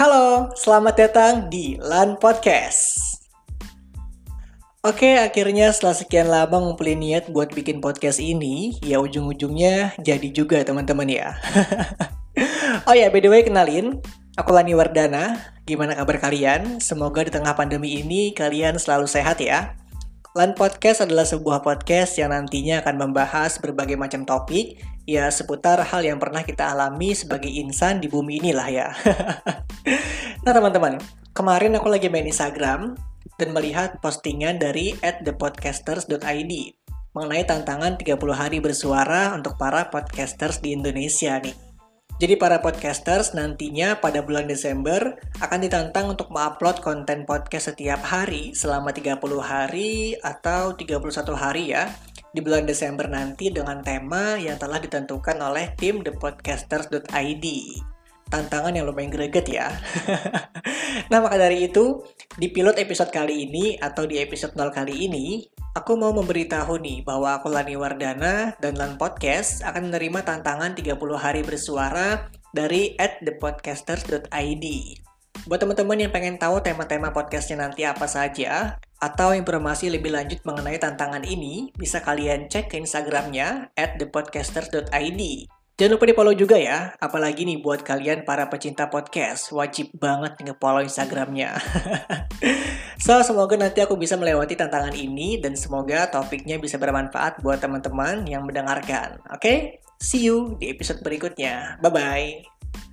Halo, selamat datang di LAN Podcast. Oke, akhirnya setelah sekian lama ngumpulin niat buat bikin podcast ini, ya ujung-ujungnya jadi juga teman-teman ya. Oh ya, by the way kenalin, aku Lani Wardana. Gimana kabar kalian? Semoga di tengah pandemi ini kalian selalu sehat ya. LAN Podcast adalah sebuah podcast yang nantinya akan membahas berbagai macam topik, ya seputar hal yang pernah kita alami sebagai insan di bumi inilah ya. Nah teman-teman, kemarin aku lagi main Instagram dan melihat postingan dari @thepodcasters.id mengenai tantangan 30 hari bersuara untuk para podcasters di Indonesia nih. Jadi para podcasters nantinya pada bulan Desember akan ditantang untuk mengupload konten podcast setiap hari selama 30 hari atau 31 hari ya di bulan Desember nanti dengan tema yang telah ditentukan oleh tim thepodcasters.id. Tantangan yang lumayan greget ya. Nah maka dari itu, di pilot episode kali ini atau di episode 0 kali ini, aku mau memberitahu nih bahwa aku Lani Wardana dan LAN Podcast akan menerima tantangan 30 hari bersuara dari @thepodcasters.id. Buat teman-teman yang pengen tahu tema-tema podcastnya nanti apa saja, atau informasi lebih lanjut mengenai tantangan ini, bisa kalian cek ke Instagramnya @thepodcasters.id. Jangan lupa di-follow juga ya, apalagi nih buat kalian para pecinta podcast, wajib banget nge-follow Instagramnya. So, semoga nanti aku bisa melewati tantangan ini dan semoga topiknya bisa bermanfaat buat teman-teman yang mendengarkan. Oke? See you di episode berikutnya. Bye-bye.